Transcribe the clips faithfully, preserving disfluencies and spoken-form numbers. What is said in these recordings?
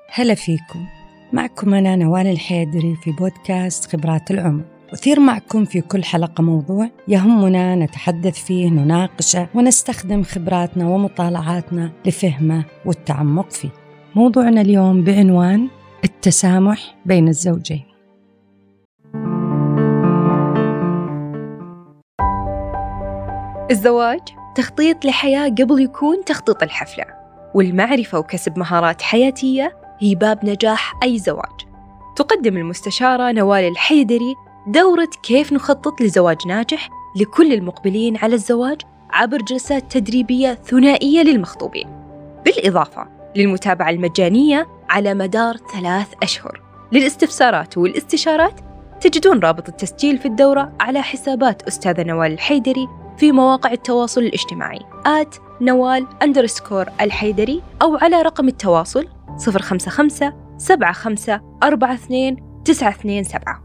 هلا فيكم، معكم أنا نوال الحيدري في بودكاست خبرات العمر. أثير معكم في كل حلقة موضوع يهمنا نتحدث فيه، نناقشه ونستخدم خبراتنا ومطالعاتنا لفهمه والتعمق فيه. موضوعنا اليوم بعنوان التسامح بين الزوجين. الزواج تخطيط لحياة قبل يكون تخطيط الحفلة، والمعرفة وكسب مهارات حياتية هي باب نجاح أي زواج. تقدم المستشارة نوال الحيدري دورة كيف نخطط لزواج ناجح لكل المقبلين على الزواج عبر جلسات تدريبية ثنائية للمخطوبين، بالإضافة للمتابعة المجانية على مدار ثلاث أشهر. للاستفسارات والاستشارات تجدون رابط التسجيل في الدورة على حسابات أستاذة نوال الحيدري في مواقع التواصل الاجتماعي آت نوال أندرسكور الحيدري، أو على رقم التواصل صفر خمسة خمسة سبعة خمسة أربعة اثنين تسعة اثنين سبعة.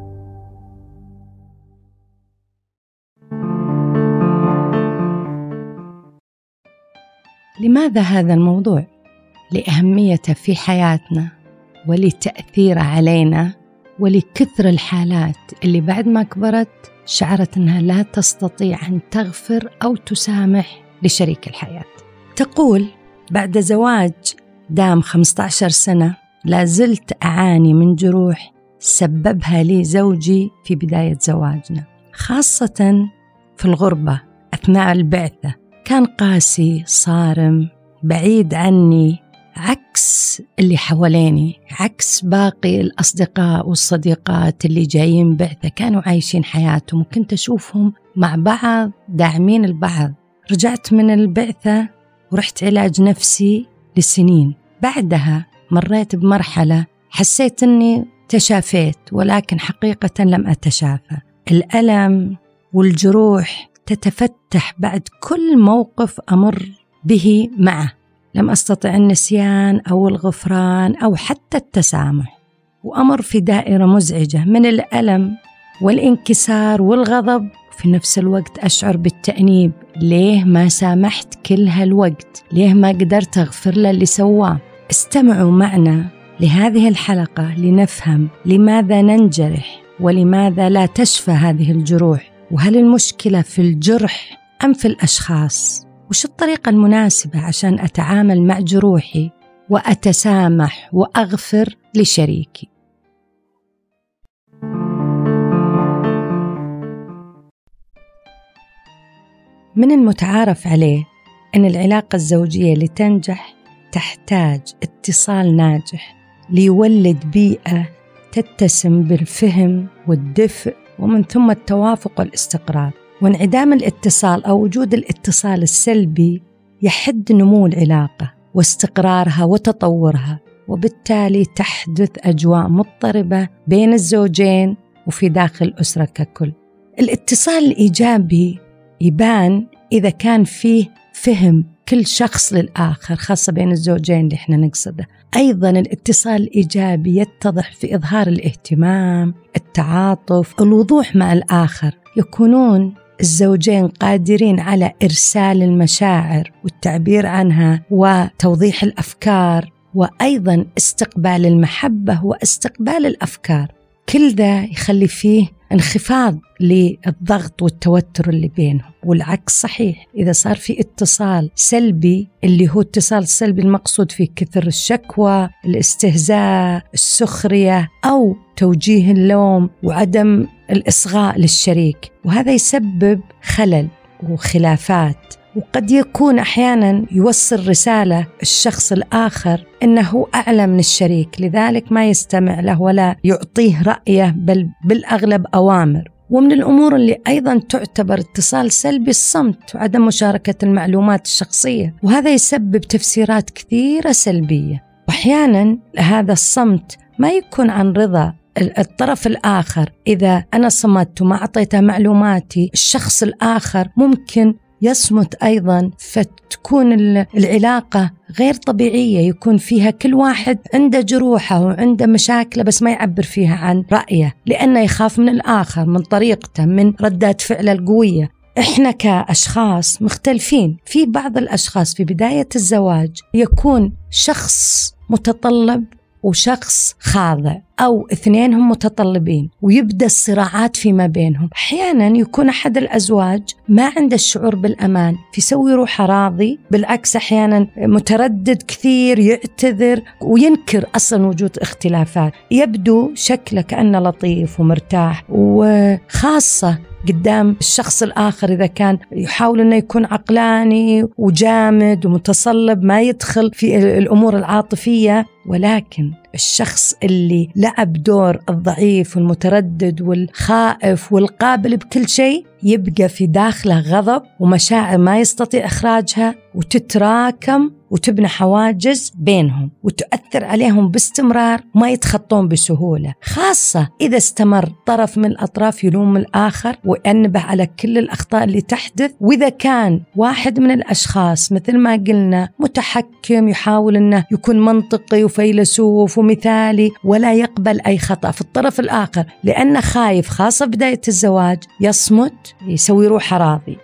لماذا هذا الموضوع؟ لأهميته في حياتنا ولتأثيره علينا ولكثر الحالات اللي بعد ما كبرت شعرت أنها لا تستطيع أن تغفر أو تسامح لشريك الحياة. تقول بعد زواج دام خمسة عشر سنة لا زلت أعاني من جروح سببها لي زوجي في بداية زواجنا، خاصة في الغربة أثناء البعثة. كان قاسي، صارم، بعيد عني، عكس اللي حواليني، عكس باقي الأصدقاء والصديقات اللي جايين بعثة، كانوا عايشين حياتهم وكنت أشوفهم مع بعض داعمين البعض. رجعت من البعثة ورحت علاج نفسي لسنين. بعدها مريت بمرحلة حسيت أني تشافيت، ولكن حقيقة لم أتشافى. الألم والجروح تتفتح بعد كل موقف أمر به معه. لم أستطع النسيان أو الغفران أو حتى التسامح، وأمر في دائرة مزعجة من الألم والانكسار والغضب. في نفس الوقت أشعر بالتأنيب، ليه ما سامحت كل هالوقت؟ ليه ما قدرت أغفر له اللي سواه؟ استمعوا معنا لهذه الحلقة لنفهم لماذا ننجرح ولماذا لا تشفى هذه الجروح، وهل المشكلة في الجرح أم في الأشخاص؟ وش الطريقة المناسبة عشان أتعامل مع جروحي وأتسامح وأغفر لشريكي؟ من المتعارف عليه أن العلاقة الزوجية لتنجح تحتاج اتصال ناجح ليولد بيئة تتسم بالفهم والدفء ومن ثم التوافق والاستقرار. وانعدام الاتصال أو وجود الاتصال السلبي يحد نمو العلاقة واستقرارها وتطورها، وبالتالي تحدث أجواء مضطربة بين الزوجين وفي داخل الأسرة ككل. الاتصال الإيجابي يبان إذا كان فيه فهم كل شخص للآخر، خاصة بين الزوجين اللي احنا نقصده. أيضا الاتصال الإيجابي يتضح في إظهار الاهتمام، التعاطف، الوضوح مع الآخر. يكونون الزوجين قادرين على إرسال المشاعر والتعبير عنها وتوضيح الأفكار، وأيضا استقبال المحبة واستقبال الأفكار. كل ذا يخلي فيه انخفاض للضغط والتوتر اللي بينهم. والعكس صحيح، إذا صار في اتصال سلبي اللي هو اتصال سلبي المقصود فيه كثر الشكوى، الاستهزاء، السخرية، أو توجيه اللوم وعدم الإصغاء للشريك، وهذا يسبب خلل وخلافات. وقد يكون أحيانا يوصل رسالة الشخص الآخر أنه أعلى من الشريك، لذلك ما يستمع له ولا يعطيه رأيه، بل بالأغلب أوامر. ومن الأمور اللي أيضا تعتبر اتصال سلبي الصمت وعدم مشاركة المعلومات الشخصية، وهذا يسبب تفسيرات كثيرة سلبية. وأحيانا هذا الصمت ما يكون عن رضا الطرف الآخر. إذا أنا صمت وما أعطيته معلوماتي، الشخص الآخر ممكن يصمت أيضا، فتكون العلاقة غير طبيعية، يكون فيها كل واحد عنده جروحه وعنده مشاكله بس ما يعبر فيها عن رأيه، لأنه يخاف من الآخر، من طريقته، من ردات فعله القوية. إحنا كأشخاص مختلفين. في بعض الأشخاص في بداية الزواج يكون شخص متطلب وشخص خاضع، أو اثنينهم متطلبين ويبدأ الصراعات فيما بينهم. أحيانا يكون أحد الأزواج ما عنده الشعور بالأمان فيسوي روحه راضي، بالعكس أحيانا متردد كثير، يعتذر وينكر أصلا وجود اختلافات، يبدو شكله كأنه لطيف ومرتاح، وخاصة قدام الشخص الآخر إذا كان يحاول أنه يكون عقلاني وجامد ومتصلب، ما يدخل في الأمور العاطفية. ولكن الشخص اللي لعب دور الضعيف والمتردد والخائف والقابل بكل شيء يبقى في داخله غضب ومشاعر ما يستطيع إخراجها، وتتراكم وتبنى حواجز بينهم وتؤثر عليهم باستمرار وما يتخطون بسهولة، خاصة إذا استمر طرف من الأطراف يلوم الآخر وينبه على كل الأخطاء اللي تحدث. وإذا كان واحد من الأشخاص مثل ما قلنا متحكم، يحاول أنه يكون منطقي وفيلسوف ومثالي ولا يقبل أي خطأ في الطرف الآخر لأنه خايف، خاصة بداية الزواج، يصمت، يسوي روحه راضي.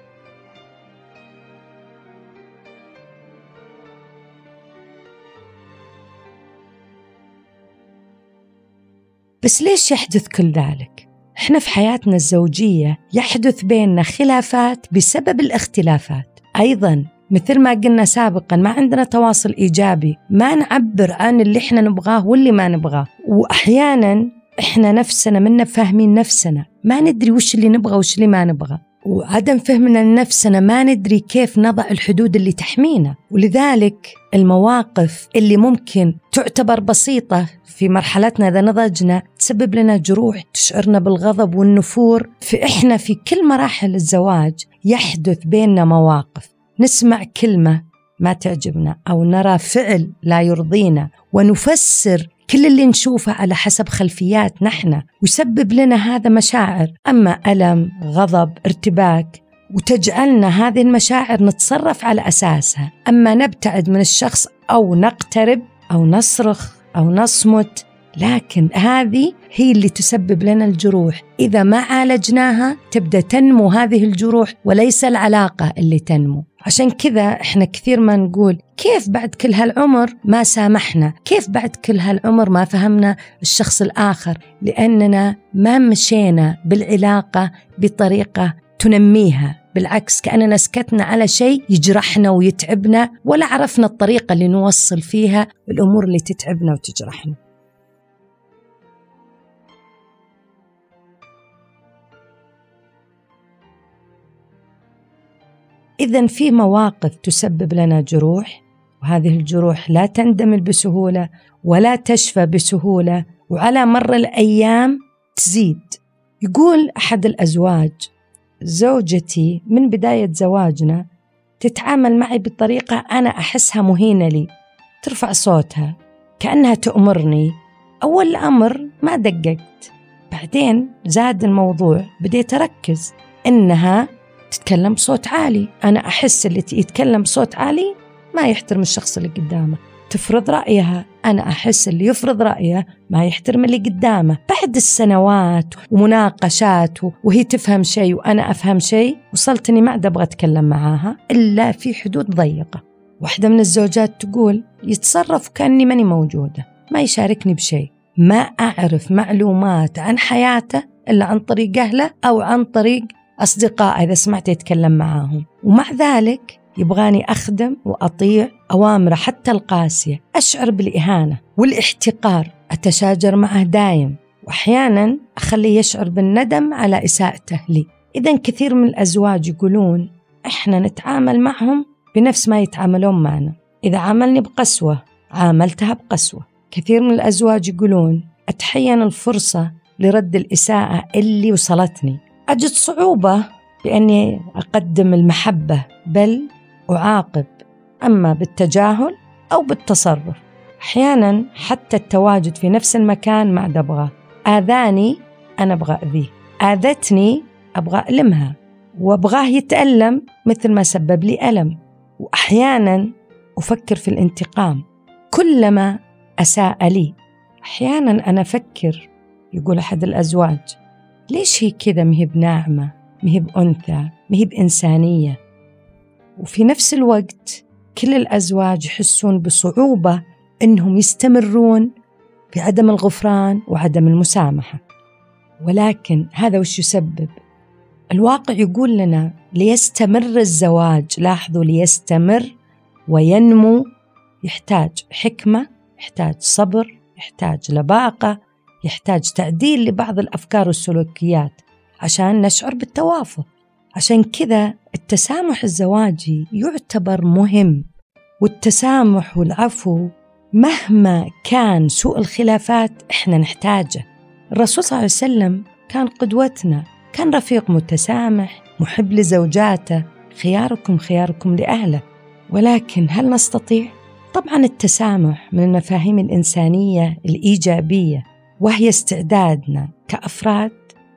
بس ليش يحدث كل ذلك؟ إحنا في حياتنا الزوجية يحدث بيننا خلافات بسبب الاختلافات. أيضاً مثل ما قلنا سابقاً ما عندنا تواصل إيجابي، ما نعبر عن اللي إحنا نبغاه واللي ما نبغاه، وأحياناً إحنا نفسنا منا فاهمين نفسنا، ما ندري وش اللي نبغى وش اللي ما نبغى، وعدم فهمنا لنفسنا ما ندري كيف نضع الحدود اللي تحمينا. ولذلك المواقف اللي ممكن تعتبر بسيطة في مرحلتنا إذا نضجنا تسبب لنا جروح، تشعرنا بالغضب والنفور. فإحنا في كل مراحل الزواج يحدث بيننا مواقف، نسمع كلمة ما تعجبنا أو نرى فعل لا يرضينا ونفسر كل اللي نشوفه على حسب خلفيات نحن، ويسبب لنا هذا مشاعر، أما ألم، غضب، ارتباك، وتجعلنا هذه المشاعر نتصرف على أساسها. أما نبتعد من الشخص أو نقترب أو نصرخ أو نصمت، لكن هذه هي اللي تسبب لنا الجروح. إذا ما عالجناها تبدأ تنمو هذه الجروح وليس العلاقة اللي تنمو. عشان كذا إحنا كثير ما نقول كيف بعد كل هالعمر ما سامحنا، كيف بعد كل هالعمر ما فهمنا الشخص الآخر، لأننا ما مشينا بالعلاقة بطريقة تنميها، بالعكس كأننا سكتنا على شيء يجرحنا ويتعبنا ولا عرفنا الطريقة اللي نوصل فيها الأمور اللي تتعبنا وتجرحنا. إذن في مواقف تسبب لنا جروح، وهذه الجروح لا تندمل بسهولة ولا تشفى بسهولة، وعلى مر الأيام تزيد. يقول أحد الأزواج: زوجتي من بداية زواجنا تتعامل معي بطريقة أنا أحسها مهينة لي، ترفع صوتها كأنها تأمرني. أول أمر ما دققت، بعدين زاد الموضوع، بديت أركز إنها تتكلم بصوت عالي. أنا أحس اللي يتكلم بصوت عالي ما يحترم الشخص اللي قدامه، تفرض رأيها. أنا أحس اللي يفرض رأيه ما يحترم اللي قدامه. بعد السنوات ومناقشات وهي تفهم شيء وأنا أفهم شيء، وصلت إني ما عاد أبغى أتكلم معاها إلا في حدود ضيقة. واحدة من الزوجات تقول: يتصرف كأني ماني موجودة، ما يشاركني بشيء، ما أعرف معلومات عن حياته إلا عن طريق أهله أو عن طريق أصدقاء إذا سمعت يتكلم معاهم، ومع ذلك يبغاني أخدم وأطيع أوامره حتى القاسية. أشعر بالإهانة والاحتقار، أتشاجر معه دايم، وأحيانا أخليه يشعر بالندم على إساءته لي. إذن كثير من الأزواج يقولون إحنا نتعامل معهم بنفس ما يتعاملون معنا، إذا عاملني بقسوة عاملتها بقسوة. كثير من الأزواج يقولون أتحين الفرصة لرد الإساءة اللي وصلتني، أجد صعوبة بأني أقدم المحبة بل أعاقب، أما بالتجاهل أو بالتصرف. أحيانا حتى التواجد في نفس المكان ما أبغاه، آذاني أنا أبغى أذيه، آذتني أبغى ألمها، وأبغاه يتألم مثل ما سبب لي ألم. وأحيانا أفكر في الانتقام كلما أساء لي. أحيانا أنا أفكر، يقول أحد الأزواج: ليش هي كذا مهي بناعمة؟ مهي بأنثى، مهي بإنسانية. وفي نفس الوقت كل الأزواج يحسون بصعوبة إنهم يستمرون في عدم الغفران وعدم المسامحة. ولكن هذا وش يسبب؟ الواقع يقول لنا ليستمر الزواج، لاحظوا، ليستمر وينمو يحتاج حكمة، يحتاج صبر، يحتاج لباقة، يحتاج تعديل لبعض الأفكار والسلوكيات عشان نشعر بالتوافق. عشان كذا التسامح الزواجي يعتبر مهم، والتسامح والعفو مهما كان سوء الخلافات إحنا نحتاجه. الرسول صلى الله عليه وسلم كان قدوتنا، كان رفيق متسامح محب لزوجاته، خياركم خياركم لأهله. ولكن هل نستطيع؟ طبعا التسامح من المفاهيم الإنسانية الإيجابية، وهي استعدادنا كأفراد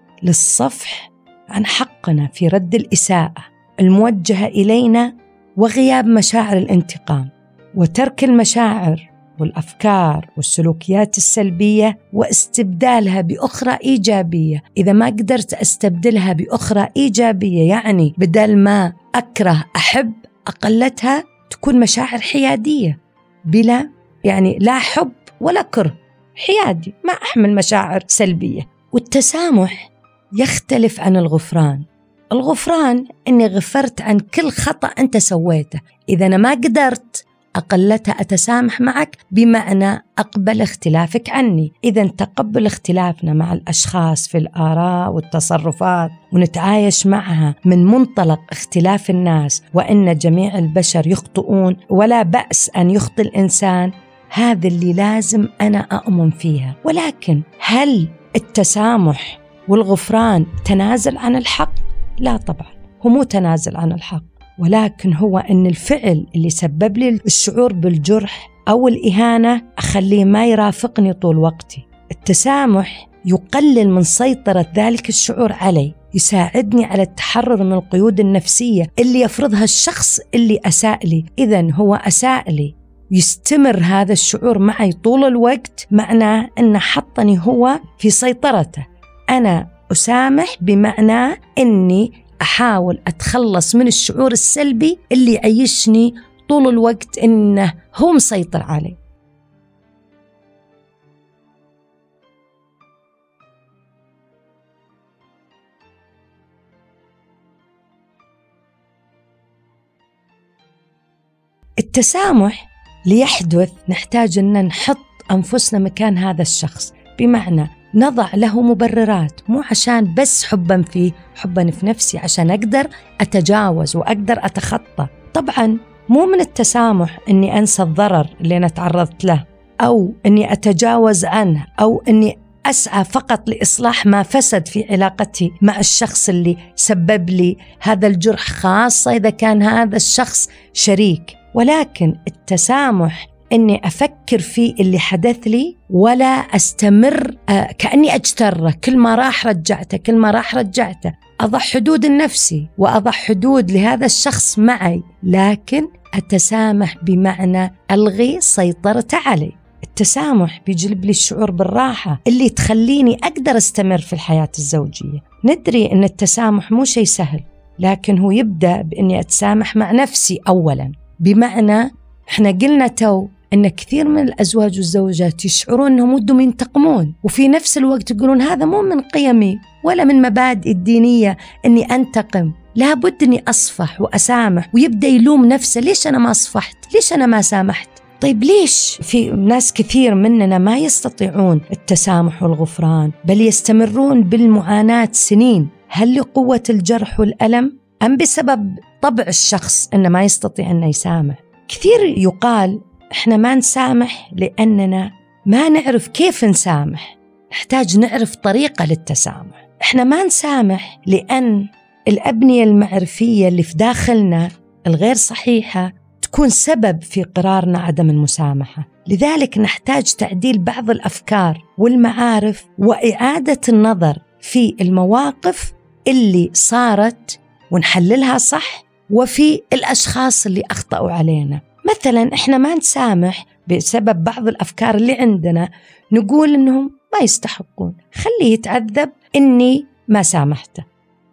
للصفح عن حقنا في رد الإساءة الموجهة إلينا، وغياب مشاعر الانتقام، وترك المشاعر والأفكار والسلوكيات السلبية واستبدالها بأخرى إيجابية. إذا ما قدرت أستبدلها بأخرى إيجابية، يعني بدل ما أكره أحب، أقلتها تكون مشاعر حيادية بلا يعني لا حب ولا كره، حيادي، ما أحمل مشاعر سلبية. والتسامح يختلف عن الغفران. الغفران إني غفرت عن كل خطأ أنت سويته، إذا أنا ما قدرت أقلتها أتسامح معك، بمعنى أقبل اختلافك عني. إذا تقبل اختلافنا مع الأشخاص في الآراء والتصرفات ونتعايش معها من منطلق اختلاف الناس، وإن جميع البشر يخطئون ولا بأس أن يخطئ الإنسان، هذا اللي لازم أنا أؤمن فيها. ولكن هل التسامح والغفران تنازل عن الحق؟ لا طبعا، هو مو تنازل عن الحق، ولكن هو أن الفعل اللي سبب لي الشعور بالجرح أو الإهانة أخليه ما يرافقني طول وقتي. التسامح يقلل من سيطرة ذلك الشعور علي، يساعدني على التحرر من القيود النفسية اللي يفرضها الشخص اللي أساء لي. إذن هو أساء لي، يستمر هذا الشعور معي طول الوقت، معناه أنه حطني هو في سيطرته. أنا أسامح بمعنى أني أحاول أتخلص من الشعور السلبي اللي يعيشني طول الوقت إنه هو مسيطر علي. التسامح ليحدث نحتاج أن نحط أنفسنا مكان هذا الشخص، بمعنى نضع له مبررات، مو عشان بس حبا فيه، حبا في نفسي عشان أقدر أتجاوز وأقدر أتخطى. طبعا مو من التسامح أني أنسى الضرر اللي أنا تعرضت له، أو أني أتجاوز عنه، أو أني أسعى فقط لإصلاح ما فسد في علاقتي مع الشخص اللي سبب لي هذا الجرح، خاصة إذا كان هذا الشخص شريك. ولكن التسامح إني أفكر في اللي حدث لي ولا أستمر آه كأني أجتره، كل ما راح رجعته، كل ما راح رجعته. أضع حدود لنفسي وأضع حدود لهذا الشخص معي، لكن أتسامح بمعنى ألغي سيطرته علي. التسامح بيجلب لي الشعور بالراحة اللي تخليني أقدر أستمر في الحياة الزوجية. ندري أن التسامح مو شيء سهل، لكن هو يبدأ بأني أتسامح مع نفسي أولاً. بمعنى إحنا قلنا تو أن كثير من الأزواج والزوجات يشعرون أنهم ودهم ينتقمون، وفي نفس الوقت يقولون هذا مو من قيمي ولا من مبادئ الدينية أني أنتقم، لابد أني أصفح وأسامح. ويبدأ يلوم نفسه، ليش أنا ما صفحت؟ ليش أنا ما سامحت؟ طيب ليش في ناس كثير مننا ما يستطيعون التسامح والغفران، بل يستمرون بالمعاناة سنين؟ هل لقوة الجرح والألم، أم بسبب طبع الشخص أنه ما يستطيع أنه يسامح؟ كثير يقال إحنا ما نسامح لأننا ما نعرف كيف نسامح، نحتاج نعرف طريقة للتسامح. إحنا ما نسامح لأن الأبنية المعرفية اللي في داخلنا الغير صحيحة تكون سبب في قرارنا عدم المسامحة. لذلك نحتاج تعديل بعض الأفكار والمعارف وإعادة النظر في المواقف اللي صارت ونحللها صح، وفي الأشخاص اللي أخطأوا علينا. مثلا إحنا ما نسامح بسبب بعض الأفكار اللي عندنا، نقول إنهم ما يستحقون، خليه يتعذب إني ما سامحته.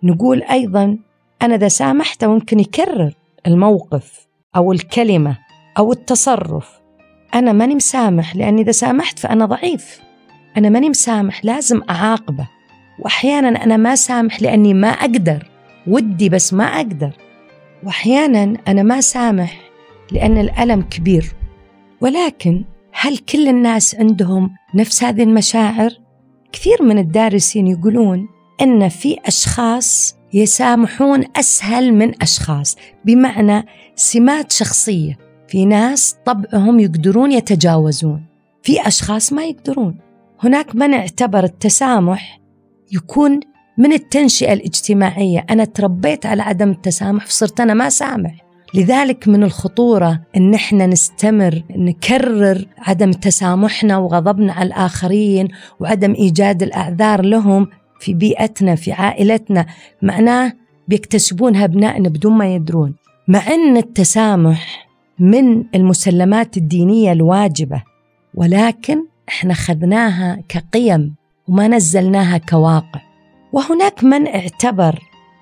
نقول أيضا أنا إذا سامحت ممكن يكرر الموقف أو الكلمة أو التصرف. أنا ماني مسامح لأني إذا سامحت فأنا ضعيف، أنا ماني مسامح لازم أعاقبه. وأحيانا أنا ما سامح لأني ما أقدر، ودي بس ما أقدر. وأحيانا أنا ما سامح لأن الألم كبير. ولكن هل كل الناس عندهم نفس هذه المشاعر؟ كثير من الدارسين يقولون إن في أشخاص يسامحون أسهل من أشخاص، بمعنى سمات شخصية. في ناس طبعهم يقدرون يتجاوزون، في أشخاص ما يقدرون. هناك من اعتبر التسامح يكون من التنشئة الاجتماعية، أنا تربيت على عدم التسامح فصرت أنا ما سامح. لذلك من الخطورة إن احنا نستمر نكرر عدم تسامحنا وغضبنا على الآخرين وعدم إيجاد الأعذار لهم في بيئتنا في عائلتنا، معناه بيكتسبونها أبنائنا بدون ما يدرون. مع أن التسامح من المسلمات الدينية الواجبة، ولكن احنا خذناها كقيم وما نزلناها كواقع. وهناك من اعتبر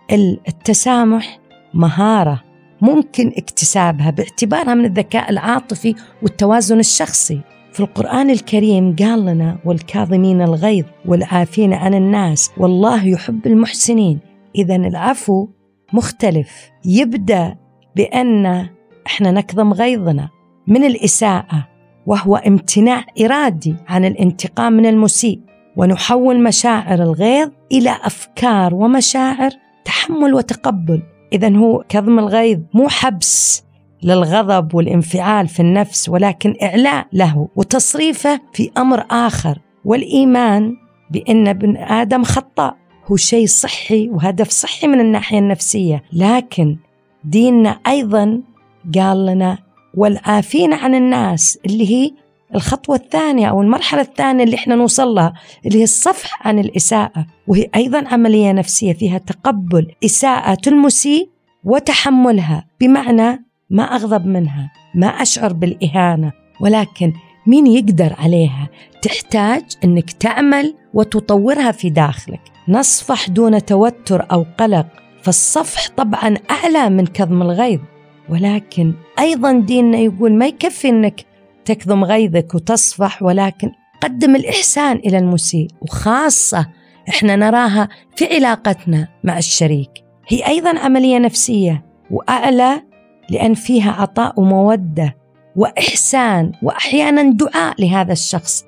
التسامح مهارة ممكن اكتسابها باعتبارها من الذكاء العاطفي والتوازن الشخصي. في القرآن الكريم قال لنا والكاظمين الغيظ والعافين عن الناس والله يحب المحسنين. إذن العفو مختلف، يبدأ بأن احنا نكظم غيظنا من الإساءة وهو امتناع إرادي عن الانتقام من المسيء، ونحول مشاعر الغيظ إلى أفكار ومشاعر تحمل وتقبل. إذن هو كظم الغيظ مو حبس للغضب والانفعال في النفس، ولكن إعلاء له وتصريفه في أمر آخر. والإيمان بأن ابن آدم خطاء هو شيء صحي وهدف صحي من الناحية النفسية، لكن ديننا أيضا قال لنا والعافين عن الناس، اللي هي الخطوة الثانية أو المرحلة الثانية اللي احنا نوصل لها، اللي هي الصفح عن الإساءة، وهي أيضا عملية نفسية فيها تقبل إساءة المسيء وتحملها، بمعنى ما أغضب منها، ما أشعر بالإهانة، ولكن مين يقدر عليها؟ تحتاج أنك تعمل وتطورها في داخلك. نصفح دون توتر أو قلق، فالصفح طبعا أعلى من كظم الغيظ. ولكن أيضا ديننا يقول ما يكفي أنك تكظم غيظك وتصفح، ولكن قدم الإحسان إلى المسيء، وخاصة إحنا نراها في علاقتنا مع الشريك، هي أيضا عملية نفسية وأعلى، لأن فيها عطاء ومودة وإحسان وأحيانا دعاء لهذا الشخص.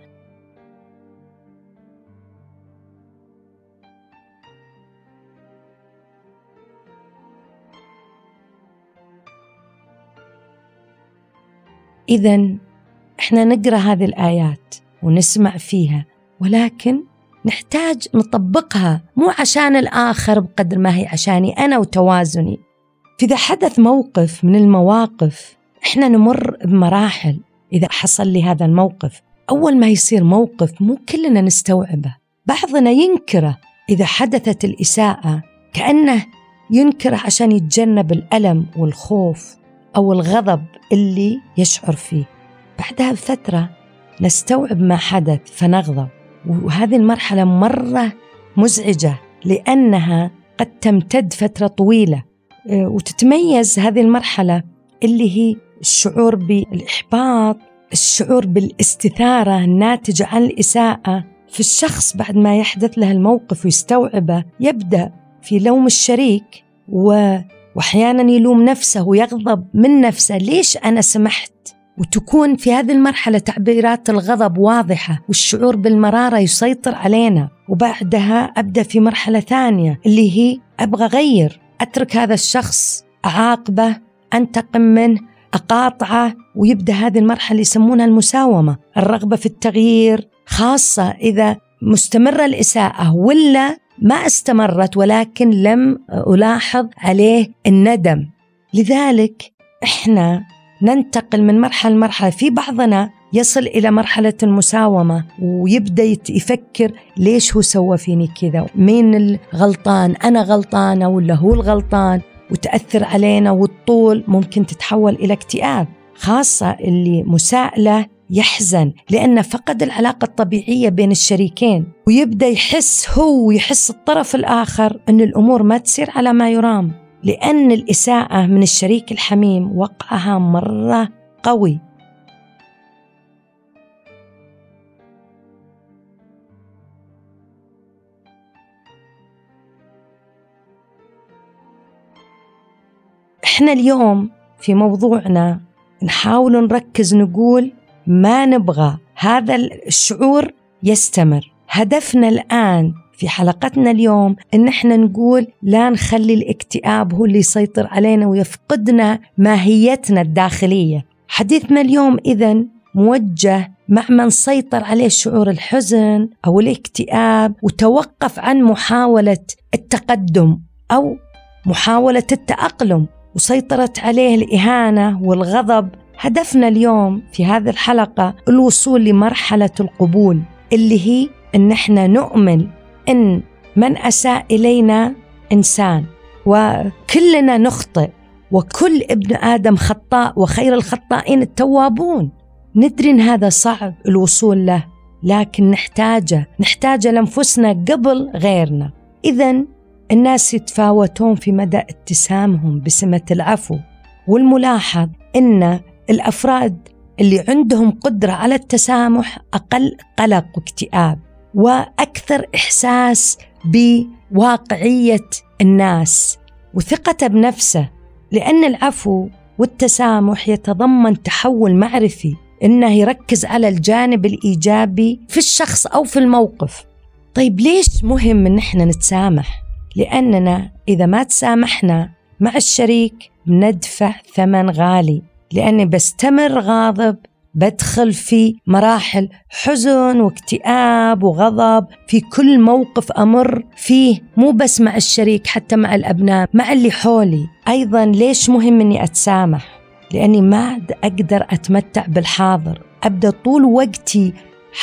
إذن إحنا نقرأ هذه الآيات ونسمع فيها، ولكن نحتاج نطبقها مو عشان الآخر بقدر ما هي عشاني أنا وتوازني. فإذا حدث موقف من المواقف إحنا نمر بمراحل. إذا حصل لي هذا الموقف، أول ما يصير موقف مو كلنا نستوعبه، بعضنا ينكره. إذا حدثت الإساءة كأنه ينكره عشان يتجنب الألم والخوف أو الغضب اللي يشعر فيه. بعدها بفترة نستوعب ما حدث فنغضب، وهذه المرحلة مرة مزعجة لأنها قد تمتد فترة طويلة. وتتميز هذه المرحلة اللي هي الشعور بالإحباط، الشعور بالاستثارة الناتجة عن الإساءة في الشخص. بعد ما يحدث له الموقف ويستوعبه يبدأ في لوم الشريك، وأحيانا يلوم نفسه ويغضب من نفسه، ليش أنا سمحت؟ وتكون في هذه المرحلة تعبيرات الغضب واضحة والشعور بالمرارة يسيطر علينا. وبعدها أبدأ في مرحلة ثانية اللي هي أبغى أغير، أترك هذا الشخص، أعاقبه، أنتقم منه، أقاطعه. ويبدأ هذه المرحلة يسمونها المساومة، الرغبة في التغيير، خاصة إذا مستمرة الإساءة ولا ما استمرت ولكن لم ألاحظ عليه الندم. لذلك إحنا ننتقل من مرحلة لمرحلة. في بعضنا يصل إلى مرحلة المساومة ويبدأ يفكر ليش هو سوى فيني كذا، مين الغلطان، أنا غلطانة ولا هو الغلطان، وتأثر علينا، والطول ممكن تتحول إلى اكتئاب. خاصة اللي مساء له يحزن لأنه فقد العلاقة الطبيعية بين الشريكين، ويبدأ يحس هو ويحس الطرف الآخر أن الأمور ما تسير على ما يرام، لأن الإساءة من الشريك الحميم وقعها مرة قوي. إحنا اليوم في موضوعنا نحاول نركز نقول ما نبغى هذا الشعور يستمر. هدفنا الآن في حلقتنا اليوم إن إحنا نقول لا نخلي الاكتئاب هو اللي يسيطر علينا ويفقدنا ماهيتنا الداخلية. حديثنا اليوم إذن موجه مع من سيطر عليه شعور الحزن أو الاكتئاب وتوقف عن محاولة التقدم أو محاولة التأقلم وسيطرت عليه الإهانة والغضب. هدفنا اليوم في هذه الحلقة الوصول لمرحلة القبول، اللي هي إن إحنا نؤمن إن من أساء إلينا إنسان وكلنا نخطئ وكل ابن آدم خطاء وخير الخطائين التوابون. ندري إن هذا صعب الوصول له، لكن نحتاجه نحتاجه لأنفسنا قبل غيرنا. إذن الناس يتفاوتون في مدى اتسامهم بسمة العفو، والملاحظ إن الأفراد اللي عندهم قدرة على التسامح أقل قلق واكتئاب وأكثر إحساس بواقعية الناس وثقته بنفسه، لأن العفو والتسامح يتضمن تحول معرفي، إنه يركز على الجانب الإيجابي في الشخص أو في الموقف. طيب ليش مهم إن إحنا نتسامح؟ لأننا إذا ما تسامحنا مع الشريك ندفع ثمن غالي، لأني بستمر غاضب، بدخل في مراحل حزن واكتئاب وغضب في كل موقف أمر فيه، مو بس مع الشريك، حتى مع الأبناء، مع اللي حولي. أيضا ليش مهم أني أتسامح؟ لأني ما أقدر أتمتع بالحاضر، أبدأ طول وقتي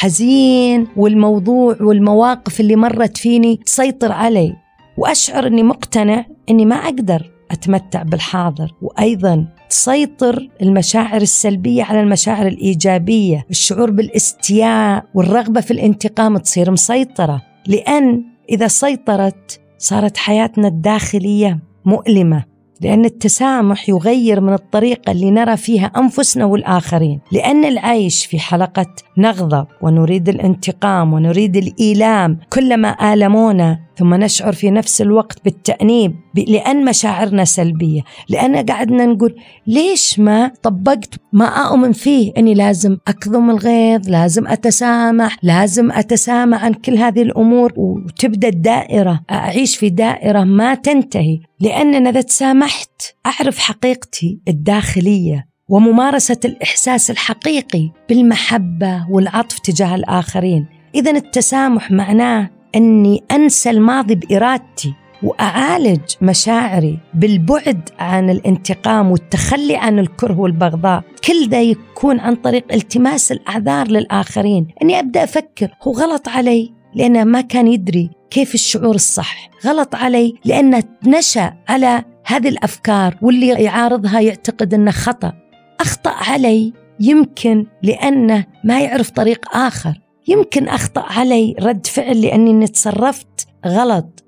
حزين والموضوع والمواقف اللي مرت فيني تسيطر علي، وأشعر أني مقتنع أني ما أقدر أتمتع بالحاضر. وأيضا تسيطر المشاعر السلبية على المشاعر الإيجابية، الشعور بالاستياء والرغبة في الانتقام تصير مسيطرة، لأن إذا سيطرت صارت حياتنا الداخلية مؤلمة. لأن التسامح يغير من الطريقة اللي نرى فيها أنفسنا والآخرين، لأن العيش في حلقة نغضب ونريد الانتقام ونريد الإيلام كلما آلمونا، ثم نشعر في نفس الوقت بالتأنيب لأن مشاعرنا سلبية، لأن قعدنا نقول ليش ما طبقت ما أؤمن فيه أني لازم أكظم الغيظ، لازم أتسامح، لازم أتسامح عن كل هذه الأمور، وتبدأ الدائرة أعيش في دائرة ما تنتهي. لأننا إذا تسامحت أعرف حقيقتي الداخلية وممارسة الإحساس الحقيقي بالمحبة والعطف تجاه الآخرين. إذن التسامح معناه أني أنسى الماضي بإرادتي وأعالج مشاعري بالبعد عن الانتقام والتخلي عن الكره والبغضاء. كل ذا يكون عن طريق التماس الأعذار للآخرين، أني أبدأ أفكر هو غلط علي لأنه ما كان يدري كيف الشعور الصح، غلط علي لأنه نشأ على هذه الأفكار واللي يعارضها يعتقد أنه خطأ، أخطأ علي يمكن لأنه ما يعرف طريق آخر، يمكن أخطأ علي رد فعل لأني تصرفت غلط.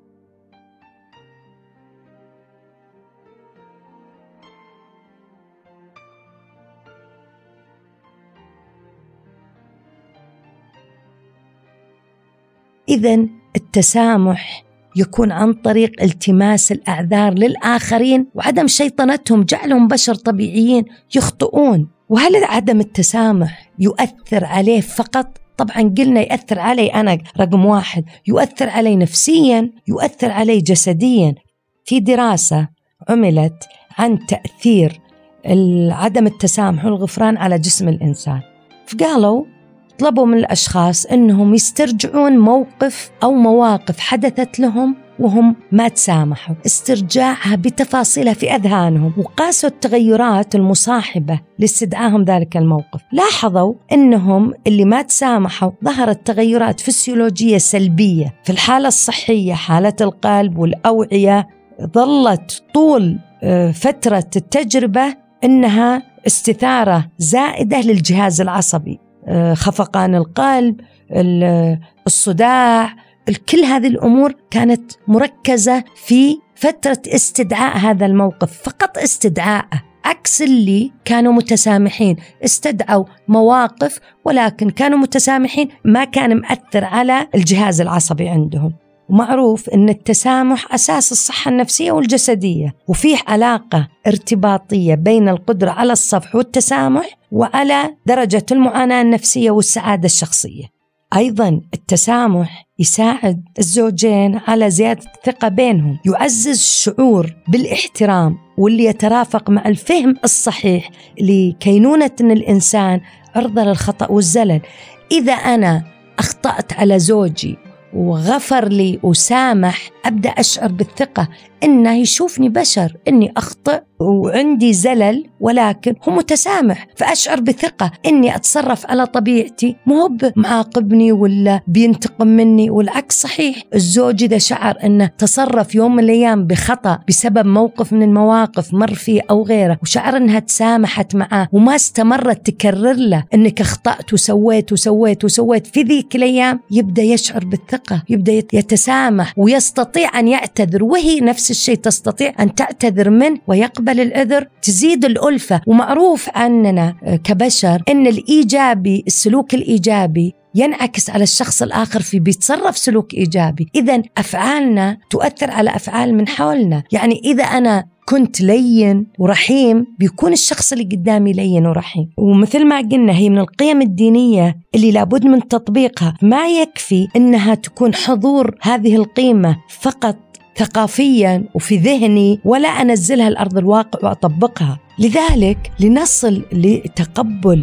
إذن التسامح يكون عن طريق التماس الأعذار للآخرين وعدم شيطنتهم، جعلهم بشر طبيعيين يخطئون. وهل عدم التسامح يؤثر عليه فقط؟ طبعا قلنا يؤثر علي أنا رقم واحد، يؤثر علي نفسيا، يؤثر علي جسديا. في دراسة عملت عن تأثير عدم التسامح والغفران على جسم الإنسان، فقالوا طلبوا من الأشخاص أنهم يسترجعون موقف أو مواقف حدثت لهم وهم ما تسامحوا، استرجاعها بتفاصيلها في أذهانهم، وقاسوا التغيرات المصاحبة لاستدعاهم ذلك الموقف. لاحظوا أنهم اللي ما تسامحوا ظهرت تغيرات فسيولوجية سلبية في الحالة الصحية، حالة القلب والأوعية. ظلت طول فترة التجربة أنها استثارة زائدة للجهاز العصبي، خفقان القلب، الصداع، كل هذه الأمور كانت مركزة في فترة استدعاء هذا الموقف، فقط استدعاءه، عكس اللي كانوا متسامحين، استدعوا مواقف ولكن كانوا متسامحين، ما كان مؤثر على الجهاز العصبي عندهم. ومعروف أن التسامح أساس الصحة النفسية والجسدية، وفيه علاقة ارتباطية بين القدرة على الصفح والتسامح وعلى درجة المعاناة النفسية والسعادة الشخصية. أيضا التسامح يساعد الزوجين على زيادة الثقة بينهم، يعزز الشعور بالاحترام واللي يترافق مع الفهم الصحيح لكينونة أن الإنسان عرضة للخطأ والزلل. إذا أنا أخطأت على زوجي وغفر لي وسامح، أبدأ أشعر بالثقة إنه يشوفني بشر، إني أخطئ وعندي زلل ولكن هو متسامح، فأشعر بثقة إني أتصرف على طبيعتي، مو معاقبني ولا بينتقم مني. والعكس صحيح، الزوج إذا شعر إنه تصرف يوم من الأيام بخطأ بسبب موقف من المواقف مر فيه أو غيره، وشعر إنها تسامحت معه وما استمرت تكرر له إنك أخطأت وسويت وسويت وسويت في ذيك الأيام، يبدأ يشعر بالثقة، يبدأ يتسامح ويستطيع أن يعتذر، وهي نفس الشيء تستطيع أن تعتذر منه ويقبل العذر، تزيد الألفة. ومعروف عننا كبشر أن الإيجابي، السلوك الإيجابي ينعكس على الشخص الآخر في بيتصرف سلوك إيجابي. إذن أفعالنا تؤثر على أفعال من حولنا، يعني إذا أنا كنت لين ورحيم بيكون الشخص اللي قدامي لين ورحيم. ومثل ما قلنا هي من القيم الدينية اللي لابد من تطبيقها، ما يكفي إنها تكون حضور هذه القيمة فقط ثقافيا وفي ذهني، ولا أنزلها الأرض الواقع وأطبقها. لذلك لنصل لتقبل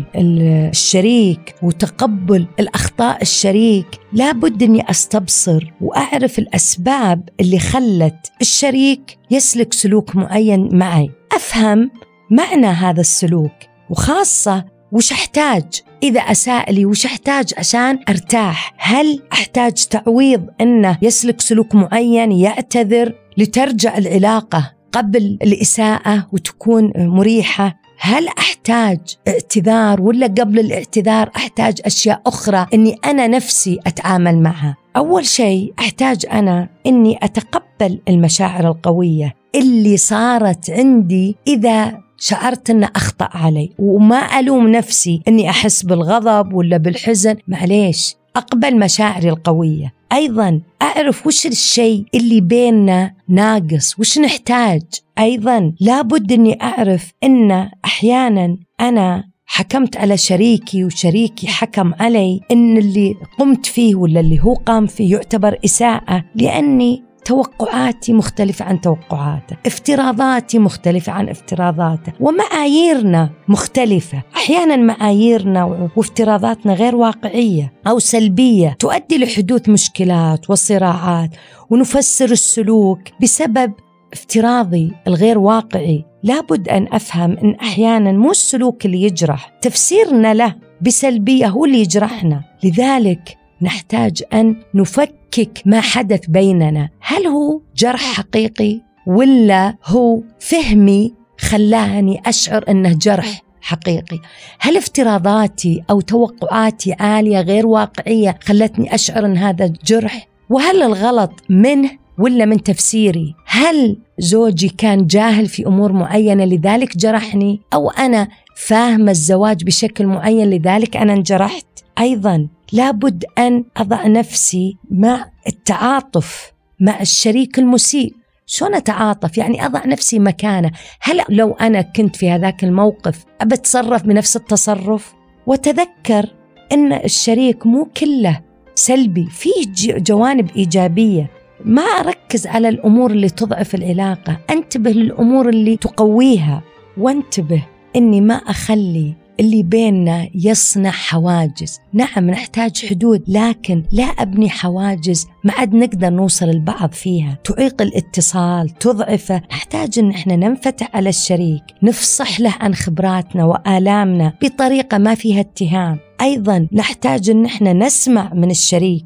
الشريك وتقبل الأخطاء الشريك، لابد أني أستبصر وأعرف الأسباب اللي خلت الشريك يسلك سلوك معين معي، أفهم معنى هذا السلوك، وخاصة وش أحتاج إذا أساء لي، وش أحتاج عشان أرتاح. هل أحتاج تعويض أنه يسلك سلوك معين، يعتذر لترجع العلاقة قبل الإساءة وتكون مريحة؟ هل أحتاج اعتذار، ولا قبل الاعتذار أحتاج أشياء أخرى أني أنا نفسي أتعامل معها؟ أول شيء أحتاج أنا أني أتقبل المشاعر القوية اللي صارت عندي إذا شعرت أن أخطأ علي، وما ألوم نفسي أني أحس بالغضب ولا بالحزن، معليش، أقبل مشاعري القوية. أيضا أعرف وش الشيء اللي بيننا ناقص، وش نحتاج. أيضا لابد أني أعرف أن أحيانا أنا حكمت على شريكي وشريكي حكم علي أن اللي قمت فيه ولا اللي هو قام فيه يعتبر إساءة، لأني توقعاتي مختلفة عن توقعاته، افتراضاتي مختلفة عن افتراضاته، ومعاييرنا مختلفة. أحيانا معاييرنا وافتراضاتنا غير واقعية أو سلبية، تؤدي لحدوث مشكلات وصراعات، ونفسر السلوك بسبب افتراضي الغير واقعي. لابد أن أفهم أن أحيانا مو السلوك اللي يجرح، تفسيرنا له بسلبية هو اللي يجرحنا. لذلك نحتاج أن نفكك ما حدث بيننا، هل هو جرح حقيقي ولا هو فهمي خلاني أشعر أنه جرح حقيقي؟ هل افتراضاتي أو توقعاتي عالية غير واقعية خلتني أشعر أن هذا جرح؟ وهل الغلط منه ولا من تفسيري؟ هل زوجي كان جاهل في أمور معينة لذلك جرحني، أو أنا فاهم الزواج بشكل معين لذلك أنا انجرحت؟ أيضا لابد أن أضع نفسي مع التعاطف مع الشريك المسيء. شلون أتعاطف؟ يعني أضع نفسي مكانه. هل لو أنا كنت في هذاك الموقف أبتصرف بنفس التصرف؟ وتذكر أن الشريك مو كله سلبي، فيه جوانب إيجابية. ما أركز على الأمور اللي تضعف العلاقة، أنتبه للأمور اللي تقويها، وانتبه أني ما أخلي اللي بيننا يصنع حواجز. نعم نحتاج حدود، لكن لا أبني حواجز ما عاد نقدر نوصل البعض فيها، تعيق الاتصال، تضعفه. نحتاج أن احنا ننفتح على الشريك، نفصح له عن خبراتنا وآلامنا بطريقة ما فيها اتهام. أيضا نحتاج أن احنا نسمع من الشريك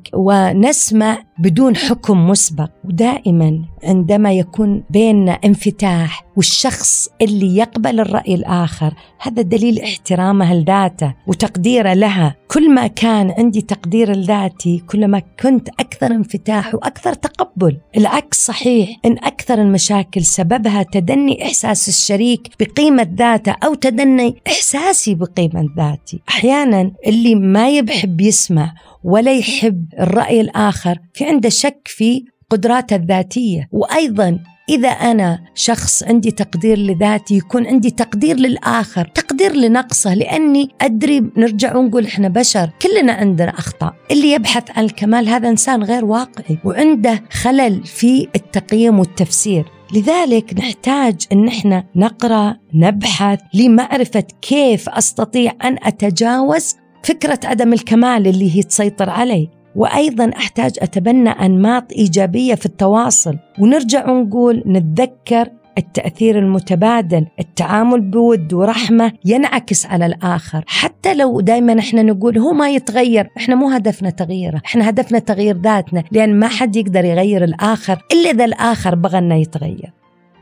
ونسمع بدون حكم مسبق. ودائما عندما يكون بيننا انفتاح والشخص اللي يقبل الرأي الآخر، هذا دليل احترامه لذاته وتقديره لها. كل ما كان عندي تقدير لذاتي كل ما كنت أكثر انفتاح وأكثر تقبل. العكس صحيح، إن أكثر المشاكل سببها تدني إحساس الشريك بقيمة ذاته أو تدني إحساسي بقيمة ذاتي. أحيانا اللي ما يحب يسمع ولا يحب الرأي الآخر في عنده شك في قدراته الذاتية. وأيضا إذا أنا شخص عندي تقدير لذاتي يكون عندي تقدير للآخر، تقدير لنقصه، لأني أدري نرجع ونقول إحنا بشر كلنا عندنا أخطاء. اللي يبحث عن الكمال هذا إنسان غير واقعي وعنده خلل في التقييم والتفسير. لذلك نحتاج أن احنا نقرأ نبحث لمعرفة كيف أستطيع أن أتجاوز فكرة عدم الكمال اللي هي تسيطر علي. وأيضا أحتاج أتبنى أنماط إيجابية في التواصل، ونرجع ونقول نتذكر التأثير المتبادل، التعامل بود ورحمة ينعكس على الآخر. حتى لو دايما احنا نقول هو ما يتغير، احنا مو هدفنا تغييره، احنا هدفنا تغيير ذاتنا، لأن ما حد يقدر يغير الآخر إلا إذا الآخر بغى أنه يتغير.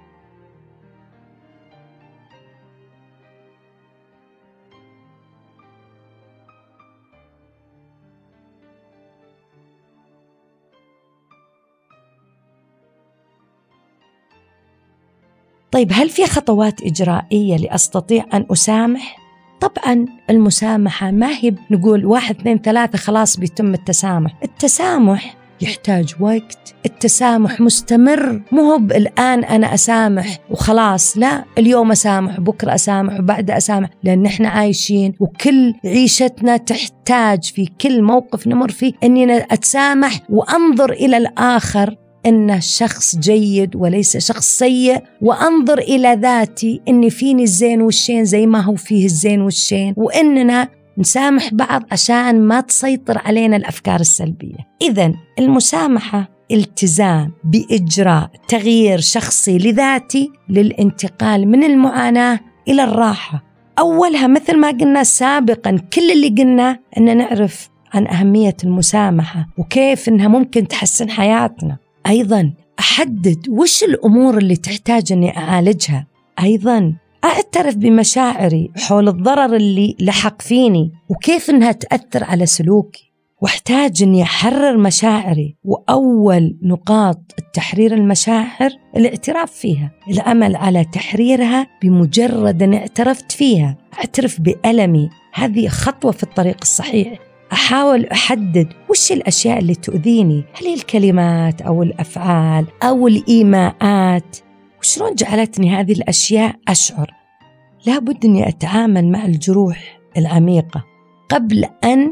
طيب، هل في خطوات إجرائية لأستطيع أن أسامح؟ طبعا المسامحة ما هي نقول واحد اثنين ثلاثة خلاص بيتم التسامح. التسامح يحتاج وقت، التسامح مستمر، مو هو الآن أنا أسامح وخلاص، لا، اليوم أسامح بكرة أسامح وبعد أسامح، لأن إحنا عايشين وكل عيشتنا تحتاج في كل موقف نمر فيه أني أتسامح وأنظر إلى الآخر إنه شخص جيد وليس شخص سيء، وأنظر إلى ذاتي إني فيني الزين والشين زي ما هو فيه الزين والشين، وإننا نسامح بعض عشان ما تسيطر علينا الأفكار السلبية. إذن المسامحة التزام بإجراء تغيير شخصي لذاتي للانتقال من المعاناة إلى الراحة. أولها مثل ما قلنا سابقا، كل اللي قلنا أن نعرف عن أهمية المسامحة وكيف إنها ممكن تحسن حياتنا. أيضاً أحدد وش الأمور اللي تحتاج أني أعالجها. أيضاً أعترف بمشاعري حول الضرر اللي لحق فيني وكيف أنها تأثر على سلوكي، واحتاج أني أحرر مشاعري. وأول نقاط التحرير المشاعر الاعتراف فيها، العمل على تحريرها بمجرد أن اعترفت فيها، أعترف بألمي، هذه خطوة في الطريق الصحيح. أحاول أحدد وش الأشياء اللي تؤذيني، هل هي الكلمات أو الأفعال أو الإيماءات، وشلون جعلتني هذه الأشياء أشعر. لابد أني أتعامل مع الجروح العميقة قبل أن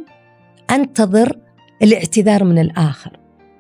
أنتظر الاعتذار من الآخر.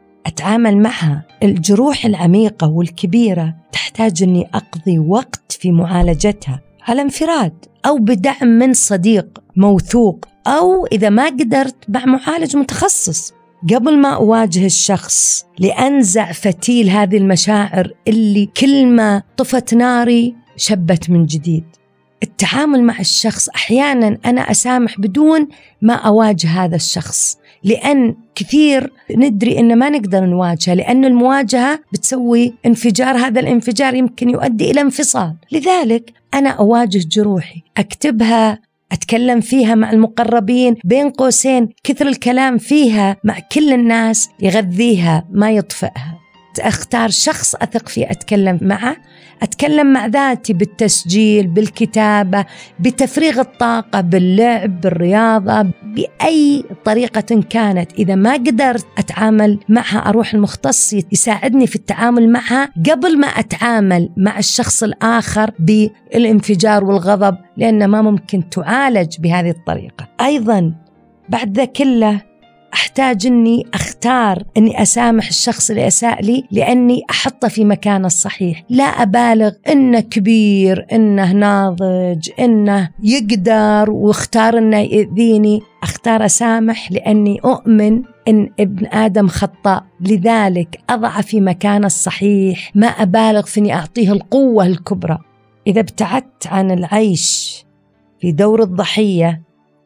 أتعامل معها. الجروح العميقة والكبيرة تحتاج أني أقضي وقت في معالجتها على انفراد أو بدعم من صديق موثوق، أو إذا ما قدرت مع معالج متخصص، قبل ما أواجه الشخص لأنزع فتيل هذه المشاعر اللي كل ما طفت ناري شبت من جديد. التعامل مع الشخص، أحيانا أنا أسامح بدون ما أواجه هذا الشخص، لأن كثير ندري إن ما نقدر نواجهه، لأن المواجهة بتسوي انفجار، هذا الانفجار يمكن يؤدي إلى انفصال. لذلك أنا أواجه جروحي، أكتبها، أتكلم فيها مع المقربين، بين قوسين كثر الكلام فيها مع كل الناس يغذيها ما يطفئها. أختار شخص أثق فيه أتكلم معه، أتكلم مع ذاتي بالتسجيل، بالكتابة، بتفريغ الطاقة، باللعب، بالرياضة، بأي طريقة كانت. إذا ما قدرت أتعامل معها أروح المختص يساعدني في التعامل معها قبل ما أتعامل مع الشخص الآخر بالانفجار والغضب، لأن ما ممكن تعالج بهذه الطريقة. أيضا بعد ذا كله أحتاج أني أختار أني أسامح الشخص اللي أساء لي، لأني أحطه في مكانه الصحيح. لا أبالغ إنه كبير، إنه ناضج، إنه يقدر واختار إنه يؤذيني. أختار أسامح لأني أؤمن إن ابن آدم خطاء، لذلك أضع في مكانه الصحيح، ما أبالغ في أني أعطيه القوة الكبرى. إذا ابتعدت عن العيش في دور الضحية،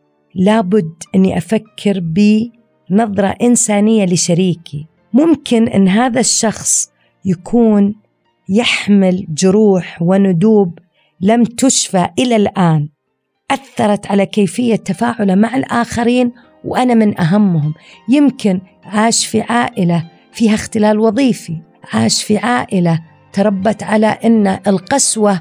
لابد أني أفكر بي نظرة إنسانية لشريكي. ممكن أن هذا الشخص يكون يحمل جروح وندوب لم تشفى إلى الآن. أثرت على كيفية تفاعله مع الآخرين وأنا من أهمهم. يمكن عاش في عائلة فيها اختلال وظيفي، عاش في عائلة تربت على أن القسوة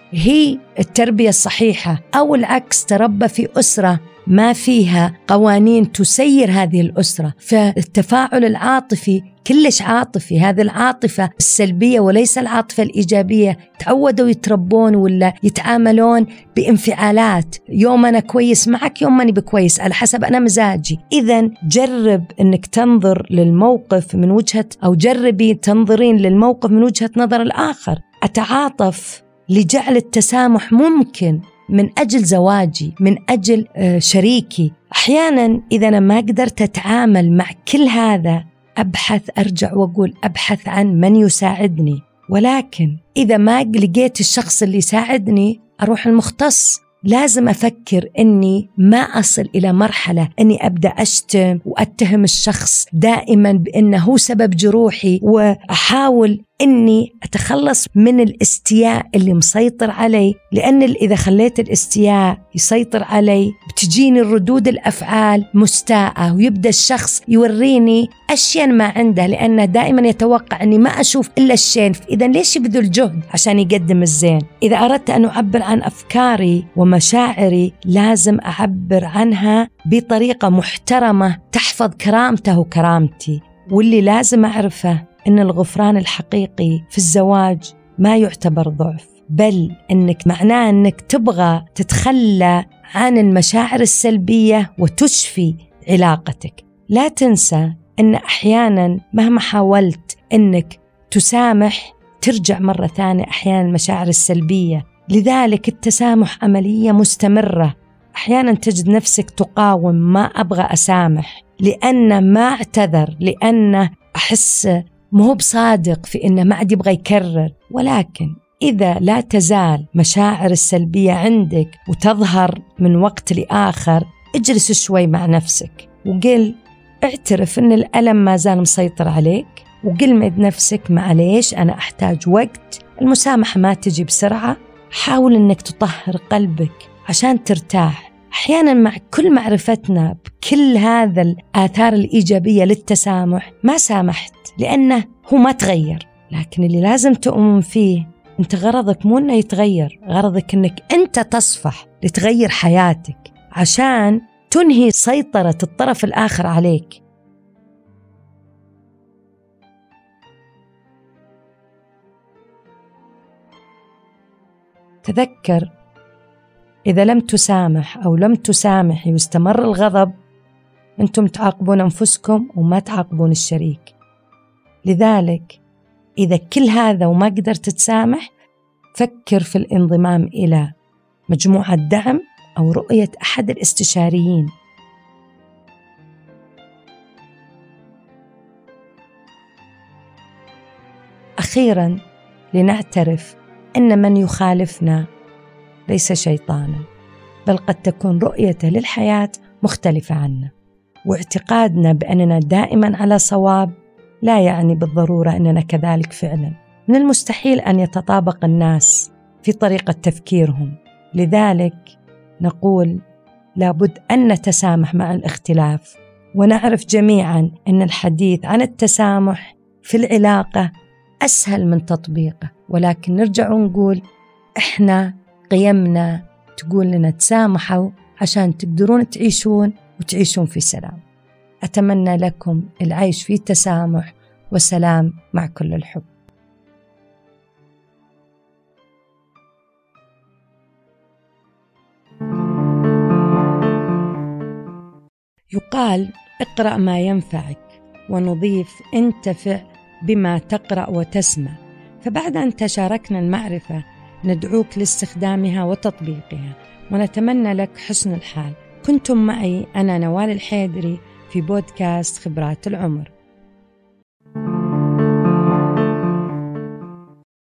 هي التربية الصحيحة، أو العكس تربى في أسرة ما فيها قوانين تسير هذه الأسرة، فالتفاعل العاطفي كلش عاطفي، هذه العاطفة السلبية وليس العاطفة الإيجابية. تعودوا يتربون ولا يتعاملون بانفعالات، يوم أنا كويس معك يوم أنا بكويس على حسب أنا مزاجي. إذن جرب أنك تنظر للموقف من وجهة، أو جربي تنظرين للموقف من وجهة نظر الآخر. أتعاطف لجعل التسامح ممكن من أجل زواجي، من أجل شريكي. أحيانا إذا أنا ما قدرت أتعامل مع كل هذا أبحث، أرجع وأقول أبحث عن من يساعدني. ولكن إذا ما لقيت الشخص اللي يساعدني أروح المختص. لازم أفكر أني ما أصل إلى مرحلة أني أبدأ أشتم وأتهم الشخص دائما بأنه هو سبب جروحي، وأحاول أني أتخلص من الاستياء اللي مسيطر علي، لأن إذا خليت الاستياء يسيطر علي بتجيني الردود الأفعال مستاءة، ويبدأ الشخص يوريني أشياء ما عنده، لأنه دائما يتوقع أني ما أشوف إلا الشين. إذا ليش يبذل جهد عشان يقدم الزين؟ إذا أردت أن أعبر عن أفكاري ومشاعري لازم أعبر عنها بطريقة محترمة تحفظ كرامته وكرامتي. واللي لازم أعرفه إن الغفران الحقيقي في الزواج ما يعتبر ضعف، بل إنك معناه إنك تبغى تتخلى عن المشاعر السلبية وتشفي علاقتك. لا تنسى إن أحيانا مهما حاولت إنك تسامح ترجع مرة ثانية أحيانا المشاعر السلبية. لذلك التسامح عملية مستمرة. أحيانا تجد نفسك تقاوم، ما أبغى أسامح لأن ما اعتذر، لأن أحس مو بصادق في إنه ما عاد يبغى يكرر. ولكن إذا لا تزال مشاعر السلبية عندك وتظهر من وقت لآخر، اجلس شوي مع نفسك وقل، اعترف إن الألم ما زال مسيطر عليك، وقل مع نفسك معليش أنا أحتاج وقت. المسامحة ما تجي بسرعة، حاول إنك تطهر قلبك عشان ترتاح. أحيانا مع كل معرفتنا بكل هذا الآثار الإيجابية للتسامح ما سامحت لأنه هو ما تغير. لكن اللي لازم تؤمن فيه، أنت غرضك مو أنه يتغير، غرضك أنك أنت تصفح لتغير حياتك عشان تنهي سيطرة الطرف الآخر عليك. تذكر إذا لم تسامح أو لم تسامحي واستمر الغضب، أنتم تعاقبون أنفسكم وما تعاقبون الشريك. لذلك إذا كل هذا وما قدرت تسامح، فكر في الانضمام إلى مجموعة دعم أو رؤية أحد الاستشاريين. أخيراً لنعترف أن من يخالفنا ليس شيطاناً، بل قد تكون رؤيته للحياة مختلفة عنا، واعتقادنا بأننا دائماً على صواب لا يعني بالضرورة أننا كذلك فعلاً. من المستحيل أن يتطابق الناس في طريقة تفكيرهم. لذلك نقول لابد أن نتسامح مع الاختلاف، ونعرف جميعاً أن الحديث عن التسامح في العلاقة أسهل من تطبيقه. ولكن نرجع ونقول إحنا قيمنا تقول لنا تسامحوا عشان تقدرون تعيشون وتعيشون في سلام. أتمنى لكم العيش في تسامح وسلام مع كل الحب. يقال اقرأ ما ينفعك، ونضيف انتفع بما تقرأ وتسمع. فبعد أن تشاركنا المعرفة ندعوك لاستخدامها وتطبيقها، ونتمنى لك حسن الحال. كنتم معي أنا نوال الحيدري في بودكاست خبرات العمر.